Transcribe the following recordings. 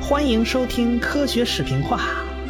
欢迎收听科学视频化。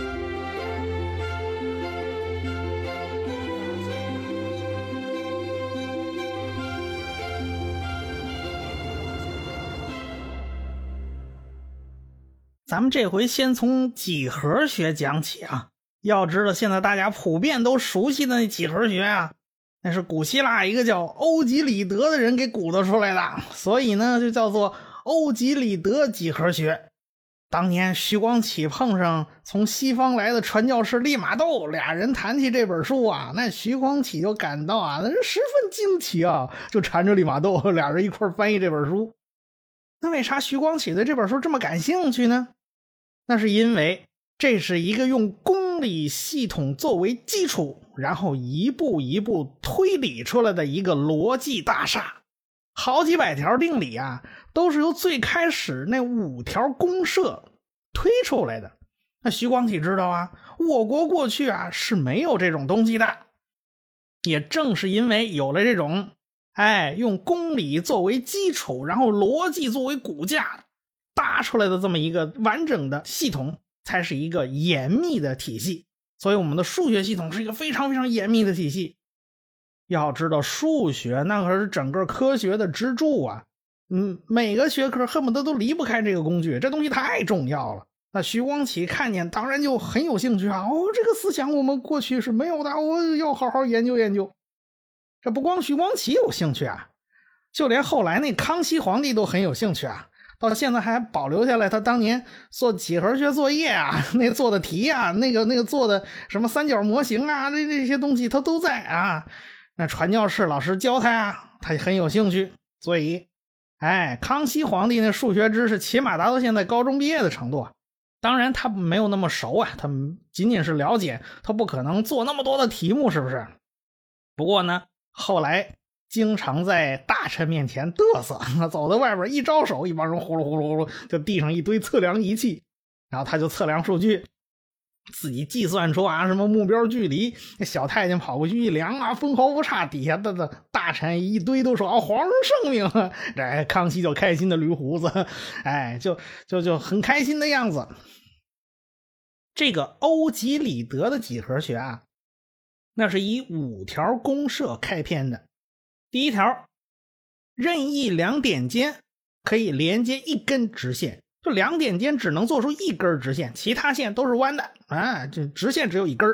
咱们这回先从几何学讲起啊。要知道现在大家普遍都熟悉的那几何学啊，那是古希腊一个叫欧几里得的人给鼓捣出来的，所以呢就叫做欧几里得几何学。当年徐光启碰上从西方来的传教士利玛窦，俩人谈起这本书啊，那徐光启就感到啊，那是十分惊奇啊，就缠着利玛窦，俩人一块翻译这本书。那为啥徐光启对这本书这么感兴趣呢？那是因为这是一个用公理系统作为基础，然后一步一步推理出来的一个逻辑大厦。好几百条定理啊，都是由最开始那5条公设推出来的。那徐光启知道啊，我国过去啊是没有这种东西的。也正是因为有了这种用公理作为基础，然后逻辑作为骨架搭出来的这么一个完整的系统，才是一个严密的体系。所以我们的数学系统是一个非常非常严密的体系。要知道数学那可是整个科学的支柱啊，每个学科恨不得都离不开这个工具，这东西太重要了。那徐光启看见当然就很有兴趣啊，这个思想我们过去是没有的，我要好好研究研究。这不光徐光启有兴趣啊，就连后来那康熙皇帝都很有兴趣啊，到现在还保留下来他当年做几何学作业啊，那做的题啊，那个做的什么三角模型啊，这些东西他都在啊。那传教士老师教他啊，他很有兴趣，所以康熙皇帝那数学知识起码达到现在高中毕业的程度。当然他没有那么熟啊，他仅仅是了解，他不可能做那么多的题目，是不是？不过呢，后来经常在大臣面前嘚瑟，走到外边一招手，一帮人呼噜呼噜呼噜就地上一堆测量仪器，然后他就测量数据，自己计算出什么目标距离，小太监跑过去一量啊，分毫不差，底下的大臣一堆都说皇上圣明，这康熙就开心的捋胡子，就很开心的样子。这个欧几里得的几何学啊，那是以5条公设开篇的。第一条，任意2点间可以连接一根直线，就2点间只能做出一根直线，其他线都是弯的这直线只有一根。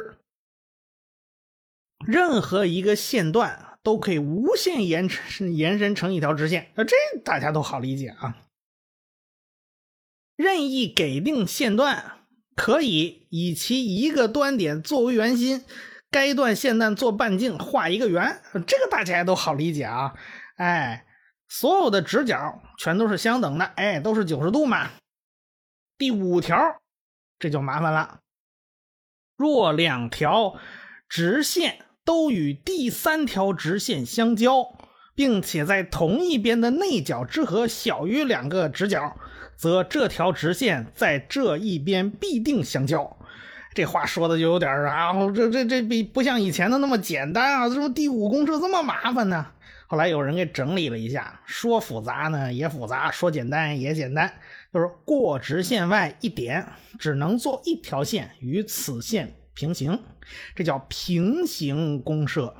任何一个线段都可以无限延伸成一条直线，这大家都好理解啊。任意给定线段可以以其一个端点作为圆心，该段线段做半径画一个圆，这个大家也都好理解啊。所有的直角全都是相等的，都是90度嘛。第5条这就麻烦了，若2条直线都与第3条直线相交，并且在同一边的内角之和小于2个直角，则这条直线在这一边必定相交。这话说的就有点这不像以前的那么简单啊，怎么第5公设这么麻烦呢？后来有人给整理了一下，说复杂呢也复杂，说简单也简单，就是过直线外一点只能做一条线与此线平行，这叫平行公设。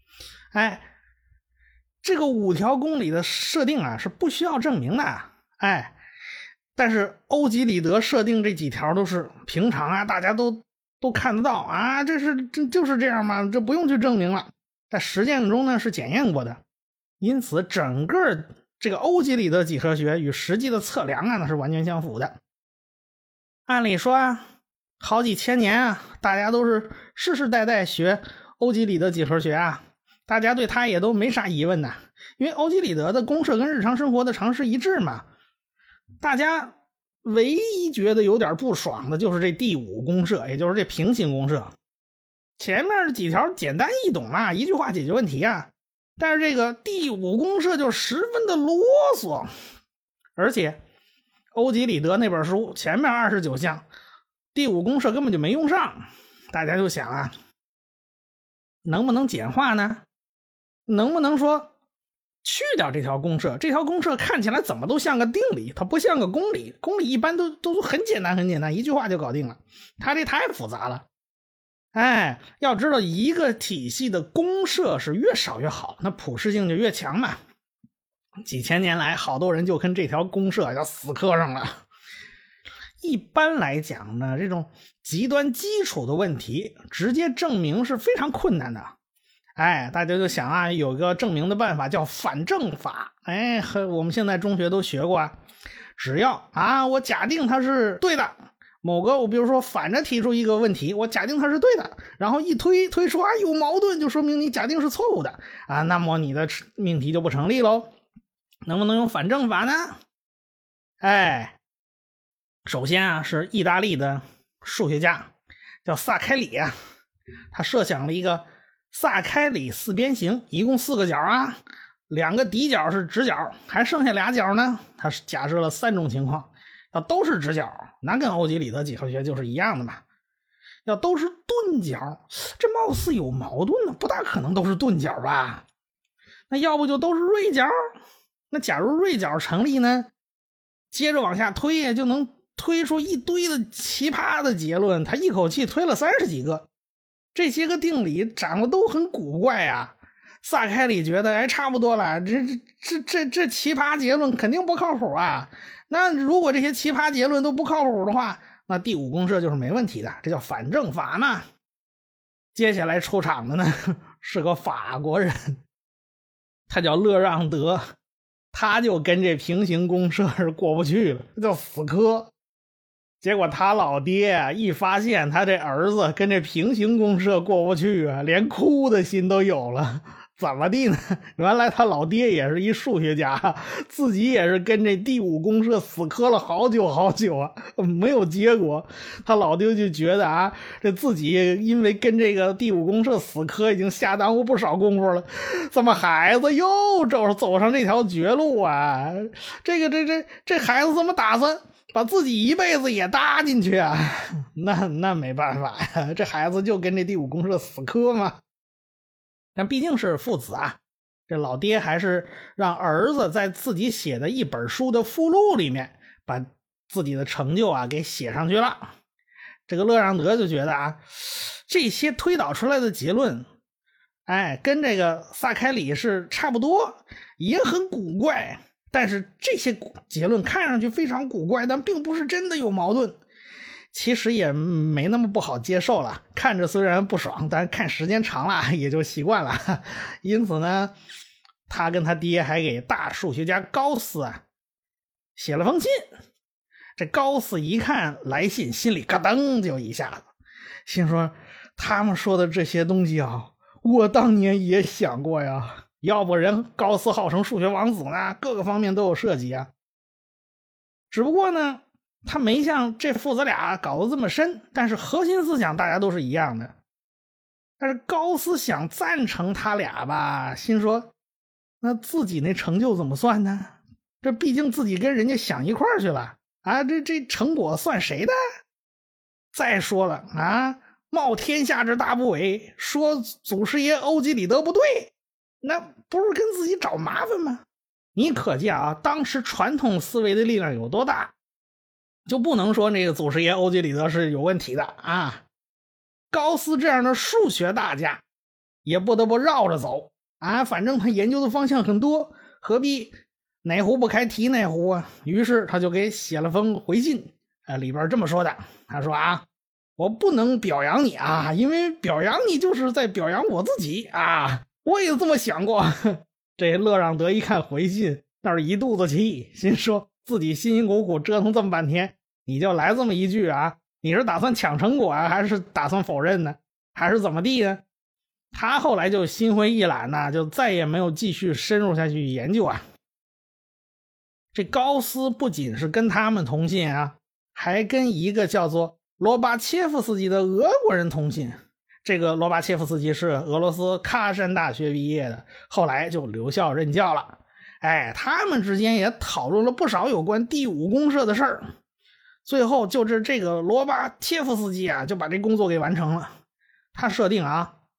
这个5条公理的设定啊是不需要证明的但是欧几里得设定这几条都是平常啊，大家都看得到啊，这就是这样嘛，这不用去证明了。在实践中呢是检验过的，因此整个这个欧几里得几何学与实际的测量啊那是完全相符的。按理说好几千年啊，大家都是世世代代学欧几里得几何学啊，大家对他也都没啥疑问的，因为欧几里得的公设跟日常生活的常识一致嘛。大家唯一觉得有点不爽的就是这第5公设，也就是这平行公设。前面几条简单易懂一句话解决问题啊，但是这个第5公设就十分的啰嗦。而且欧几里得那本书前面29项，第5公设根本就没用上。大家就想能不能简化呢？能不能说去掉这条公设，这条公设看起来怎么都像个定理，它不像个公理，公理一般都很简单很简单，一句话就搞定了，它这太复杂了。要知道一个体系的公设是越少越好，那普适性就越强嘛。几千年来好多人就跟这条公设要死磕上了。一般来讲呢，这种极端基础的问题直接证明是非常困难的。大家就想啊，有个证明的办法叫反证法。我们现在中学都学过啊。只要我假定它是对的，某个我比如说反着提出一个问题，我假定它是对的，然后一推出有矛盾，就说明你假定是错误的那么你的命题就不成立咯。能不能用反证法呢？首先是意大利的数学家叫萨开里他设想了一个萨开里四边形，一共4个角2个底角是直角，还剩下2角呢。他假设了3种情况，要都是直角，那跟欧几里得几何学就是一样的嘛。要都是钝角，这貌似有矛盾呢，不大可能都是钝角吧？那要不就都是锐角？那假如锐角成立呢，接着往下推就能推出一堆的奇葩的结论。他一口气推了30几个，这些个定理长得都很古怪萨开里觉得差不多了，这奇葩结论肯定不靠谱那如果这些奇葩结论都不靠谱的话，那第5公设就是没问题的，这叫反证法嘛。接下来出场的呢是个法国人，他叫勒让德，他就跟这平行公设是过不去了，叫死磕。结果他老爹一发现他这儿子跟这平行公设过不去连哭的心都有了。怎么地呢？原来他老爹也是一数学家，自己也是跟这第5公设死磕了好久好久没有结果。他老爹就觉得这自己因为跟这个第5公设死磕已经下耽误不少功夫了，怎么孩子又走上这条绝路这孩子怎么打算把自己一辈子也搭进去那没办法这孩子就跟这第5公设死磕嘛。但毕竟是父子这老爹还是让儿子在自己写的一本书的附录里面把自己的成就给写上去了。这个勒让德就觉得这些推导出来的结论跟这个萨开里是差不多，也很古怪，但是这些结论看上去非常古怪，但并不是真的有矛盾，其实也没那么不好接受了。看着虽然不爽，但看时间长了也就习惯了。因此呢，他跟他爹还给大数学家高斯写了封信。这高斯一看来信，心里咯噔就一下子，心说他们说的这些东西我当年也想过呀。要不人高斯号称数学王子呢，各个方面都有涉及只不过呢他没像这父子俩搞得这么深，但是核心思想大家都是一样的。但是高斯想赞成他俩吧，心说那自己那成就怎么算呢？这毕竟自己跟人家想一块儿去了这成果算谁的？再说了冒天下之大不韪，说祖师爷欧几里得不对，那不是跟自己找麻烦吗？你可见当时传统思维的力量有多大，就不能说那个祖师爷欧几里得是有问题的高斯这样的数学大家也不得不绕着走反正他研究的方向很多，何必哪壶不开提哪壶于是他就给写了封回信里边这么说的，他说我不能表扬你因为表扬你就是在表扬我自己我也这么想过。这勒让德一看回信，那是一肚子气，心说自己辛辛苦苦折腾这么半天，你就来这么一句你是打算抢成果还是打算否认呢？还是怎么地呢？他后来就心灰意懒就再也没有继续深入下去研究这高斯不仅是跟他们同信还跟一个叫做罗巴切夫斯基的俄国人同信。这个罗巴切夫斯基是俄罗斯喀山大学毕业的，后来就留校任教了。他们之间也讨论了不少有关第5公设的事儿。最后就是这个罗巴切夫斯基就把这工作给完成了。他设定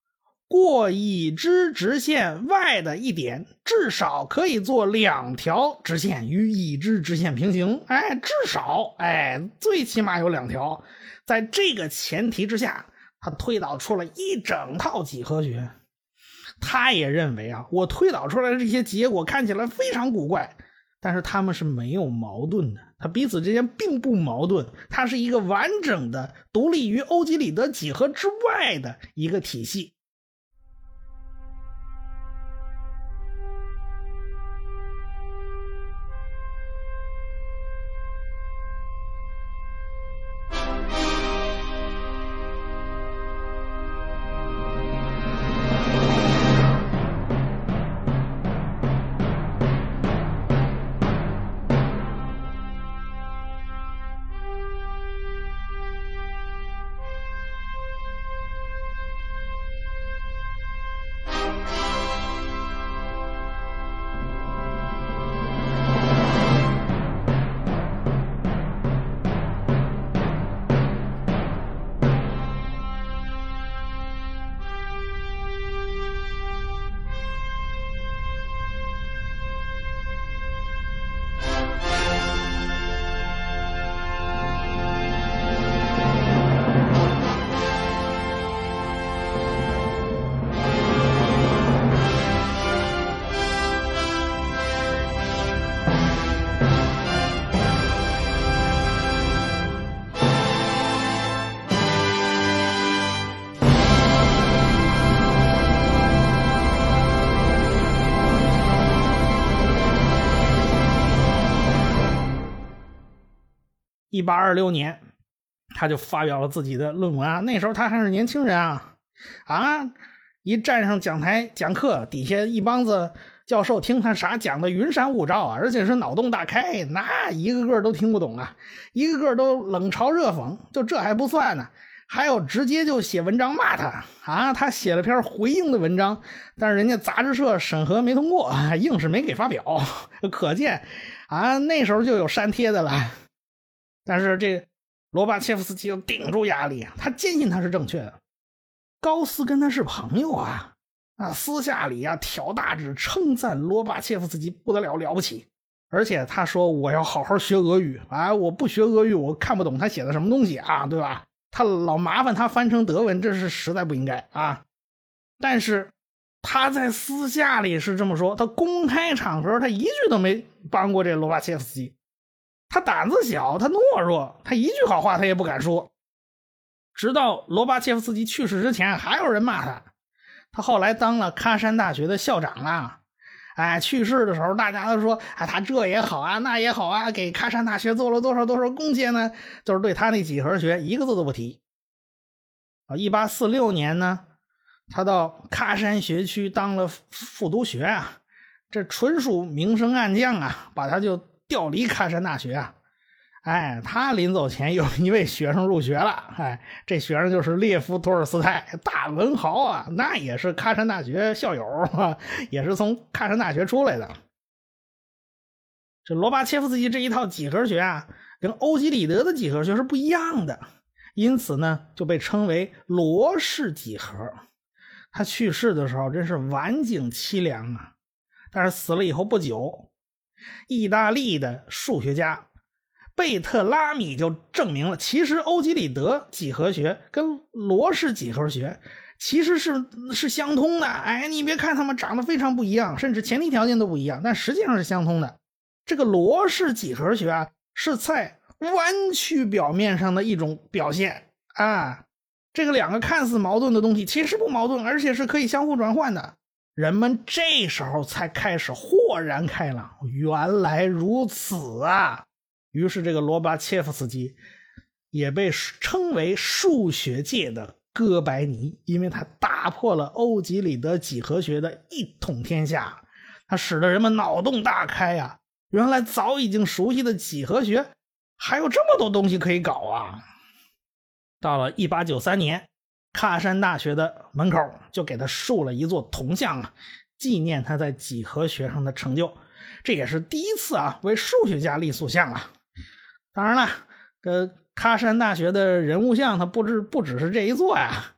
过已知直线外的一点至少可以做2条直线与已知直线平行。至少最起码有2条。在这个前提之下，他推导出了一整套几何学。他也认为我推导出来的这些结果看起来非常古怪，但是他们是没有矛盾的，它彼此之间并不矛盾，它是一个完整的独立于欧几里得几何之外的一个体系。1826年他就发表了自己的论文那时候他还是年轻人一站上讲台讲课，底下一帮子教授听他啥讲的云山雾罩而且是脑洞大开，那一个个都听不懂一个个都冷嘲热讽。就这还不算呢，还有直接就写文章骂他他写了篇回应的文章，但是人家杂志社审核没通过，硬是没给发表，可见那时候就有删帖的了。但是这罗巴切夫斯基就顶住压力他坚信他是正确的。高斯跟他是朋友私下里挑大指称赞罗巴切夫斯基不得了，了不起。而且他说我要好好学俄语我不学俄语我看不懂他写的什么东西对吧？他老麻烦他翻成德文，这是实在不应该但是他在私下里是这么说，他公开场合他一句都没帮过这罗巴切夫斯基。他胆子小，他懦弱，他一句好话他也不敢说。直到罗巴切夫斯基去世之前，还有人骂他。他后来当了喀山大学的校长去世的时候大家都说他这也好那也好给喀山大学做了多少多少贡献呢，就是对他那几何学一个字都不提。1846年呢，他到喀山学区当了副督学这纯属明升暗降把他就调离喀山大学他临走前有一位学生入学了这学生就是列夫托尔斯泰，大文豪那也是喀山大学校友也是从喀山大学出来的。这罗巴切夫斯基这一套几何学跟欧几里得的几何学是不一样的，因此呢就被称为罗氏几何。他去世的时候真是晚景凄凉但是死了以后不久，意大利的数学家贝特拉米就证明了，其实欧几里得几何学跟罗氏几何学其实是相通的。你别看他们长得非常不一样，甚至前提条件都不一样，但实际上是相通的。这个罗氏几何学是在弯曲表面上的一种表现这个两个看似矛盾的东西其实不矛盾，而且是可以相互转换的。人们这时候才开始豁然开朗，原来如此于是这个罗巴切夫斯基也被称为数学界的哥白尼，因为他打破了欧几里得几何学的一统天下，他使得人们脑洞大开原来早已经熟悉的几何学还有这么多东西可以搞到了1893年，喀山大学的门口就给他竖了一座铜像纪念他在几何学上的成就。这也是第一次为数学家立塑像当然了，喀山大学的人物像它不只是这一座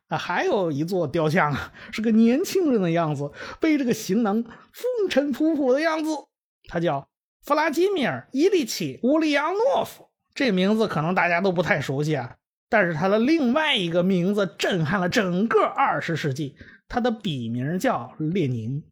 还有一座雕像啊，是个年轻人的样子，背着个行囊，风尘仆仆的样子。他叫弗拉基米尔·伊利奇·乌利扬诺夫。这名字可能大家都不太熟悉啊，但是他的另外一个名字震撼了整个20世纪，他的笔名叫列宁。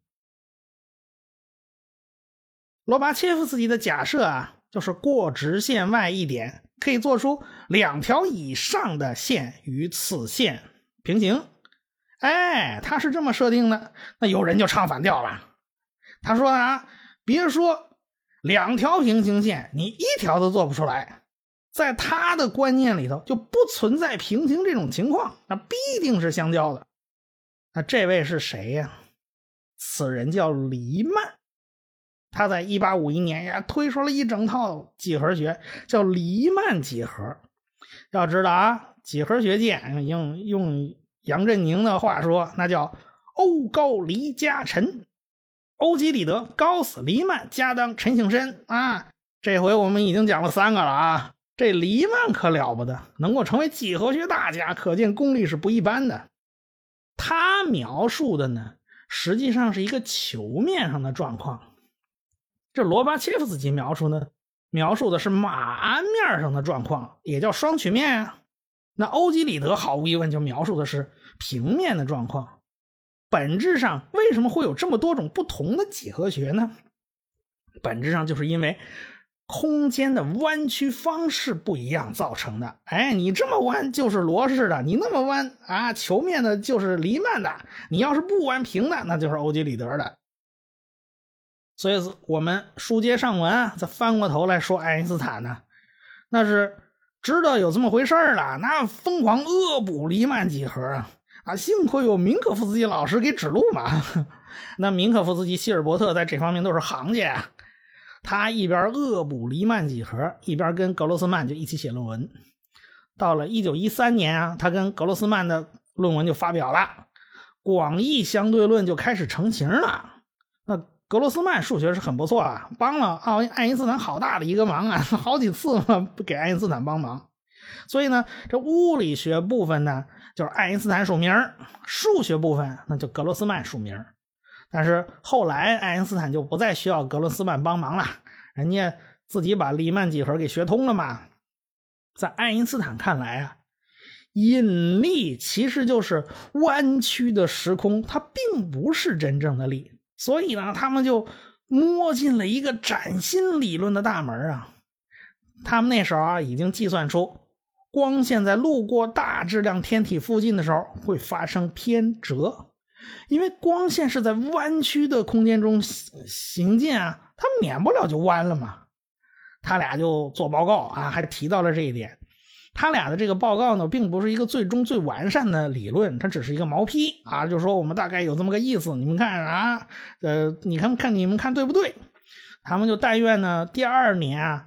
罗巴切夫斯基的假设啊，就是过直线外一点，可以做出2条以上的线与此线平行。他是这么设定的。那有人就唱反调了，他说啊，别说2条平行线，你1条都做不出来。在他的观念里头就不存在平行这种情况，那必定是相交的。那这位是谁呀？此人叫黎曼。他在1851年呀推出了一整套几何学，叫黎曼几何。要知道啊，几何学界用杨振宁的话说，那叫欧高黎加陈。欧几里得、高斯、黎曼、加当、陈省身啊，这回我们已经讲了3个了啊。这黎曼可了不得，能够成为几何学大家，可见功力是不一般的。他描述的呢，实际上是一个球面上的状况。这罗巴切夫斯基描述的是马鞍面上的状况，也叫双曲面啊。那欧几里得毫无疑问就描述的是平面的状况。本质上为什么会有这么多种不同的几何学呢？本质上就是因为空间的弯曲方式不一样造成的。你这么弯就是罗氏的，你那么弯啊，球面的就是黎曼的，你要是不弯平的，那就是欧几里得的。所以我们书接上文啊，再翻过头来说爱因斯坦呢，那是知道有这么回事了，那疯狂恶补黎曼几何啊，幸亏有明可夫斯基老师给指路嘛。那明可夫斯基、希尔伯特在这方面都是行家啊。他一边恶补黎曼几何，一边跟格罗斯曼就一起写论文。到了1913年啊，他跟格罗斯曼的论文就发表了，广义相对论就开始成型了。那格罗斯曼数学是很不错啊，帮了爱因斯坦好大的一个忙啊，好几次给爱因斯坦帮忙。所以呢，这物理学部分呢就是爱因斯坦署名，数学部分那就格罗斯曼署名。但是后来爱因斯坦就不再需要格罗斯曼帮忙了，人家自己把黎曼几何给学通了嘛。在爱因斯坦看来啊，引力其实就是弯曲的时空，它并不是真正的力。所以呢，他们就摸进了一个崭新理论的大门啊。他们那时候啊已经计算出光线在路过大质量天体附近的时候会发生偏折。因为光线是在弯曲的空间中行进啊，它免不了就弯了嘛。他俩就做报告啊，还提到了这一点。他俩的这个报告呢，并不是一个最终最完善的理论，它只是一个毛坯啊，就说我们大概有这么个意思，你们看啊，你们看对不对？他们就但愿呢，第2年啊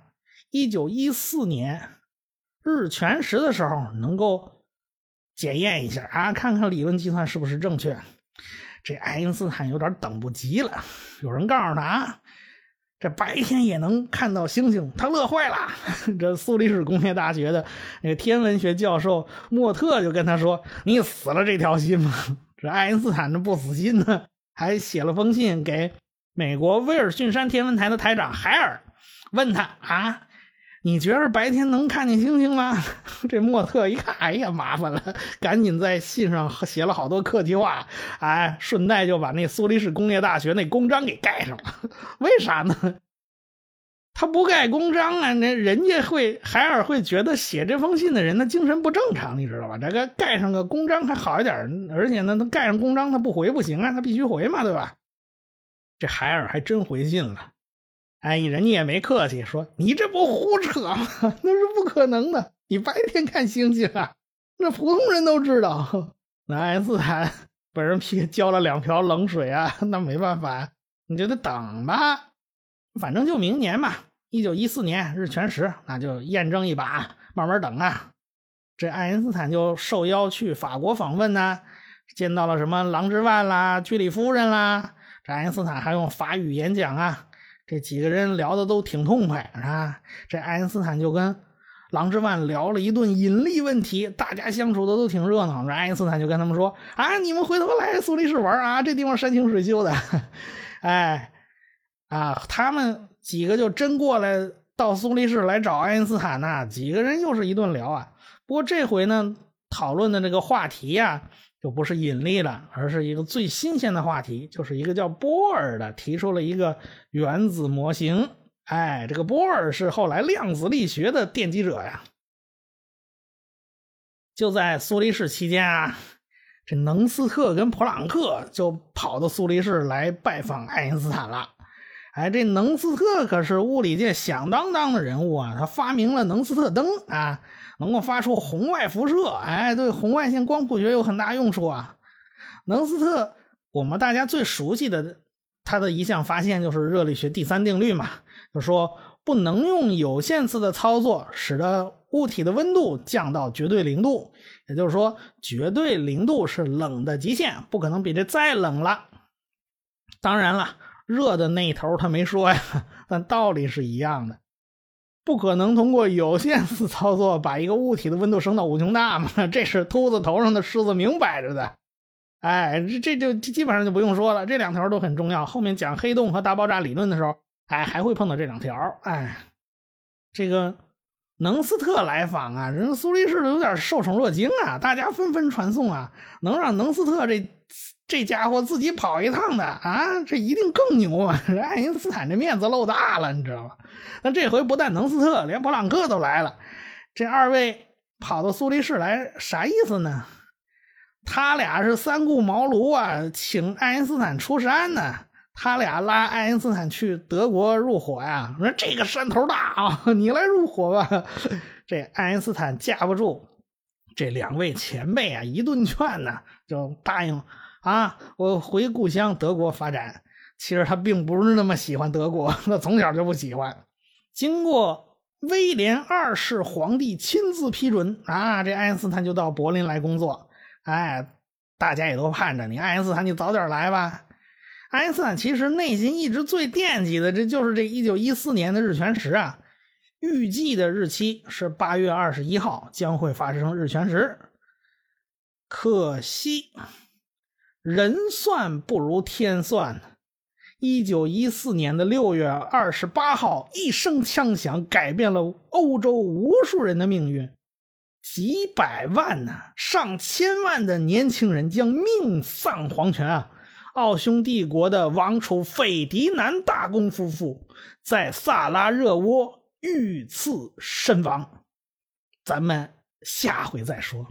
，1914年日全食的时候能够检验一下啊，看看理论计算是不是正确。这爱因斯坦有点等不及了，有人告诉他啊，这白天也能看到星星，他乐坏了。这苏黎世工业大学的那个天文学教授莫特就跟他说，你死了这条心吗？这爱因斯坦这不死心呢，还写了封信给美国威尔逊山天文台的台长海尔，问他啊，你觉得白天能看见星星吗？这莫特一看，哎呀，麻烦了，赶紧在信上写了好多客气话，顺带就把那苏黎世工业大学那公章给盖上了。为啥呢？他不盖公章啊，人家海尔会觉得写这封信的人他精神不正常，你知道吧？这个盖上个公章还好一点，而且呢，他盖上公章他不回不行啊，他必须回嘛，对吧？这海尔还真回信了。人家也没客气，说你这不胡扯吗？那是不可能的，你白天看星星啊，那普通人都知道。那爱因斯坦被人浇了2瓢冷水啊，那没办法，你就得等吧，反正就明年嘛，1914年日全食，那就验证一把，慢慢等啊。这爱因斯坦就受邀去法国访问呢，见到了什么郎之万啦、居里夫人啦，这爱因斯坦还用法语演讲啊。这几个人聊的都挺痛快啊！这爱因斯坦就跟郎之万聊了一顿引力问题，大家相处的都挺热闹。爱因斯坦就跟他们说啊，你们回头来苏黎世玩啊，这地方山清水秀的。他们几个就真过来到苏黎世来找爱因斯坦呐，几个人又是一顿聊啊。不过这回呢，讨论的这个话题啊，就不是引力了，而是一个最新鲜的话题，就是一个叫波尔的提出了一个原子模型。这个波尔是后来量子力学的奠基者呀。就在苏黎世期间啊，这能斯特跟普朗克就跑到苏黎世来拜访爱因斯坦了。这能斯特可是物理界响当当的人物啊，他发明了能斯特灯啊，能够发出红外辐射，对红外线光谱学有很大用处啊。能斯特我们大家最熟悉的他的一项发现就是热力学第三定律嘛，就说不能用有限次的操作使得物体的温度降到绝对零度，也就是说绝对零度是冷的极限，不可能比这再冷了。当然了，热的那一头他没说呀，但道理是一样的，不可能通过有限次操作把一个物体的温度升到无穷大嘛，这是秃子头上的狮子明摆着的。这就基本上就不用说了，这两条都很重要，后面讲黑洞和大爆炸理论的时候还会碰到这两条。这个能斯特来访啊，人苏黎世有点受宠若惊啊，大家纷纷传颂啊，能让能斯特这家伙自己跑一趟的啊，这一定更牛啊！爱因斯坦这面子露大了，你知道吗？那这回不但能斯特，连普朗克都来了。这二位跑到苏黎世来，啥意思呢？他俩是三顾茅庐啊，请爱因斯坦出山呢。他俩拉爱因斯坦去德国入伙呀，说这个山头大啊，你来入伙吧。这爱因斯坦架不住这两位前辈啊一顿劝呢，就答应啊，我回故乡德国发展。其实他并不是那么喜欢德国，他从小就不喜欢。经过威廉二世皇帝亲自批准啊，这爱因斯坦就到柏林来工作。大家也都盼着你，爱因斯坦你早点来吧。爱因斯坦其实内心一直最惦记的，这就是这1914年的日全食啊。预计的日期是8月21号将会发生日全食。可惜人算不如天算。1914年的6月28号，一声枪响改变了欧洲无数人的命运。几百万上千万的年轻人将命丧黄泉啊！奥匈帝国的王储斐迪南大公夫妇在萨拉热窝遇刺身亡。咱们下回再说。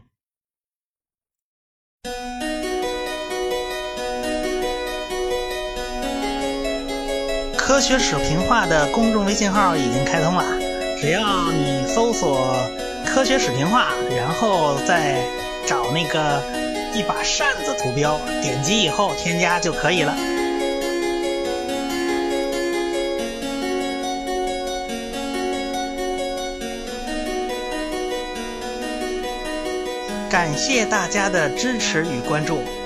科学史评话的公众微信号已经开通了，只要你搜索科学史评话，然后再找那个一把扇子图标，点击以后添加就可以了。感谢大家的支持与关注。